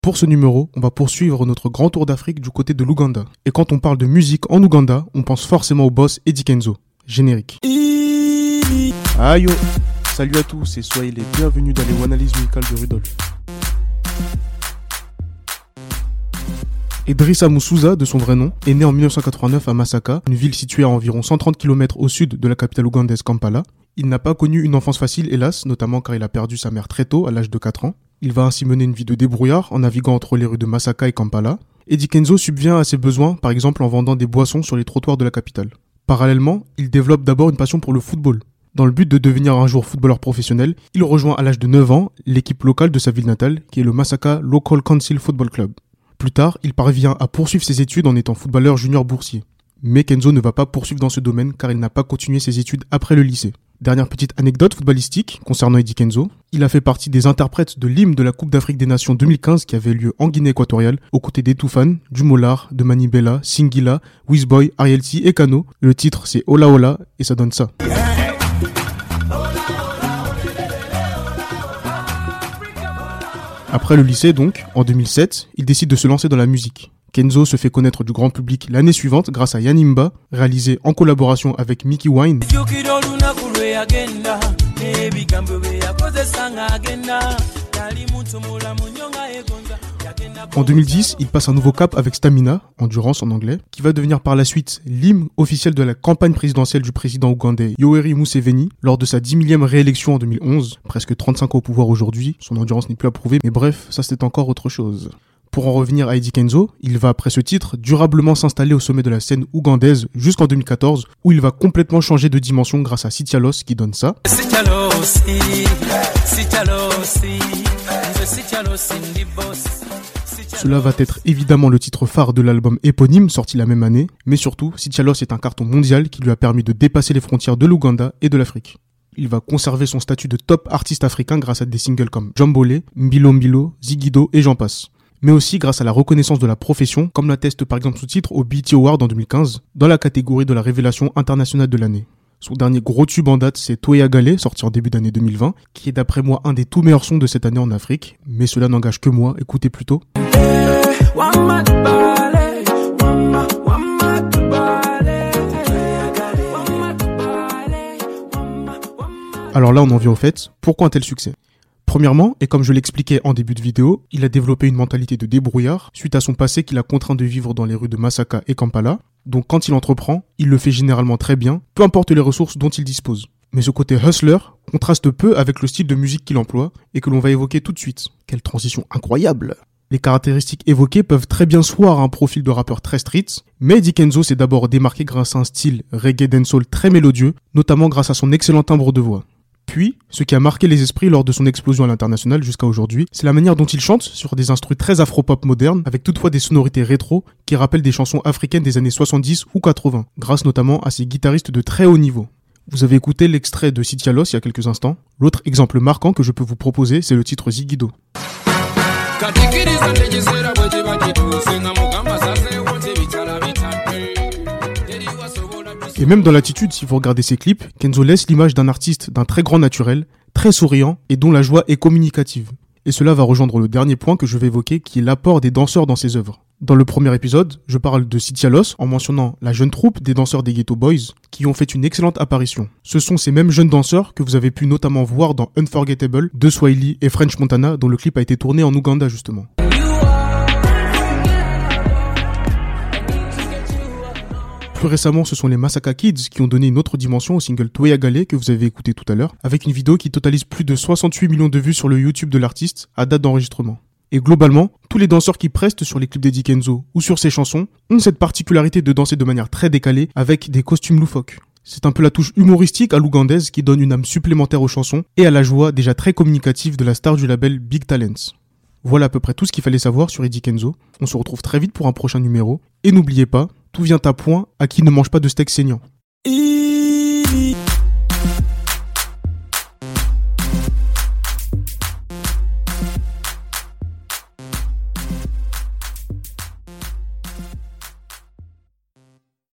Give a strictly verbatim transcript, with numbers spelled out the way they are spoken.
Pour ce numéro, on va poursuivre notre grand tour d'Afrique du côté de l'Ouganda. Et quand on parle de musique en Ouganda, on pense forcément au boss Eddie Kenzo. Générique. Aïe yo. Salut à tous et soyez les bienvenus dans les analyses musicales de Rudolf. Idrissa Moussouza, de son vrai nom, est né en dix-neuf cent quatre-vingt-neuf à Masaka, une ville située à environ cent trente kilomètres au sud de la capitale ougandaise Kampala. Il n'a pas connu une enfance facile, hélas, notamment car il a perdu sa mère très tôt, à l'âge de quatre ans. Il va ainsi mener une vie de débrouillard en naviguant entre les rues de Masaka et Kampala. Eddie Kenzo subvient à ses besoins, par exemple en vendant des boissons sur les trottoirs de la capitale. Parallèlement, il développe d'abord une passion pour le football. Dans le but de devenir un jour footballeur professionnel, il rejoint à l'âge de neuf ans l'équipe locale de sa ville natale, qui est le Masaka Local Council Football Club. Plus tard, il parvient à poursuivre ses études en étant footballeur junior boursier. Mais Kenzo ne va pas poursuivre dans ce domaine car il n'a pas continué ses études après le lycée. Dernière petite anecdote footballistique concernant Eddie Kenzo, il a fait partie des interprètes de l'hymne de la Coupe d'Afrique des Nations deux mille quinze qui avait lieu en Guinée équatoriale, aux côtés d'Etoufan, du Molar, de Manibela, Singila, Wizboy, Ariel T et Kano. Le titre c'est Ola Ola et ça donne ça. Après le lycée donc, en deux mille sept, il décide de se lancer dans la musique. Kenzo se fait connaître du grand public l'année suivante grâce à Yanimba, réalisé en collaboration avec Mickey Wine. En deux mille dix, il passe un nouveau cap avec Stamina, Endurance en anglais, qui va devenir par la suite l'hymne officiel de la campagne présidentielle du président ougandais Yoweri Museveni lors de sa dix millième réélection en deux mille onze, presque trente-cinq ans au pouvoir aujourd'hui, son endurance n'est plus à prouver, mais bref, ça c'est encore autre chose. Pour en revenir à Eddie Kenzo, il va après ce titre durablement s'installer au sommet de la scène ougandaise jusqu'en deux mille quatorze où il va complètement changer de dimension grâce à Sitialos qui donne ça. Cela va être évidemment le titre phare de l'album éponyme sorti la même année, mais surtout Sitialos est un carton mondial qui lui a permis de dépasser les frontières de l'Ouganda et de l'Afrique. Il va conserver son statut de top artiste africain grâce à des singles comme Jambole, Mbilo Mbilo, Zigido et j'en passe. Mais aussi grâce à la reconnaissance de la profession, comme l'atteste par exemple son titre au B E T Award en deux mille quinze, dans la catégorie de la révélation internationale de l'année. Son dernier gros tube en date, c'est Toya Gale, sorti en début d'année deux mille vingt, qui est d'après moi un des tout meilleurs sons de cette année en Afrique, mais cela n'engage que moi, écoutez plutôt. Alors là on en vient au fait, pourquoi un tel succès ? Premièrement, et comme je l'expliquais en début de vidéo, il a développé une mentalité de débrouillard suite à son passé qu'il a contraint de vivre dans les rues de Masaka et Kampala. Donc quand il entreprend, il le fait généralement très bien, peu importe les ressources dont il dispose. Mais ce côté hustler contraste peu avec le style de musique qu'il emploie et que l'on va évoquer tout de suite. Quelle transition incroyable! Les caractéristiques évoquées peuvent très bien soir un profil de rappeur très street, mais Eddie Kenzo s'est d'abord démarqué grâce à un style reggae dancehall très mélodieux, notamment grâce à son excellent timbre de voix. Puis, ce qui a marqué les esprits lors de son explosion à l'international jusqu'à aujourd'hui, c'est la manière dont il chante sur des instrus très afro-pop modernes, avec toutefois des sonorités rétro qui rappellent des chansons africaines des années soixante-dix ou quatre-vingts, grâce notamment à ses guitaristes de très haut niveau. Vous avez écouté l'extrait de Sitialos il y a quelques instants. L'autre exemple marquant que je peux vous proposer, c'est le titre Zigido. Et même dans l'attitude, si vous regardez ses clips, Kenzo laisse l'image d'un artiste d'un très grand naturel, très souriant et dont la joie est communicative. Et cela va rejoindre le dernier point que je vais évoquer qui est l'apport des danseurs dans ses œuvres. Dans le premier épisode, je parle de Sitialos en mentionnant la jeune troupe des danseurs des Ghetto Boys qui ont fait une excellente apparition. Ce sont ces mêmes jeunes danseurs que vous avez pu notamment voir dans Unforgettable de Swahili et French Montana dont le clip a été tourné en Ouganda justement. Plus récemment, ce sont les Masaka Kids qui ont donné une autre dimension au single Toya Gale que vous avez écouté tout à l'heure, avec une vidéo qui totalise plus de soixante-huit millions de vues sur le YouTube de l'artiste à date d'enregistrement. Et globalement, tous les danseurs qui prestent sur les clips d'Eddie Kenzo ou sur ses chansons ont cette particularité de danser de manière très décalée avec des costumes loufoques. C'est un peu la touche humoristique à l'ougandaise qui donne une âme supplémentaire aux chansons et à la joie déjà très communicative de la star du label Big Talents. Voilà à peu près tout ce qu'il fallait savoir sur Eddie Kenzo. On se retrouve très vite pour un prochain numéro. Et n'oubliez pas, tout vient à point à qui ne mange pas de steak saignant.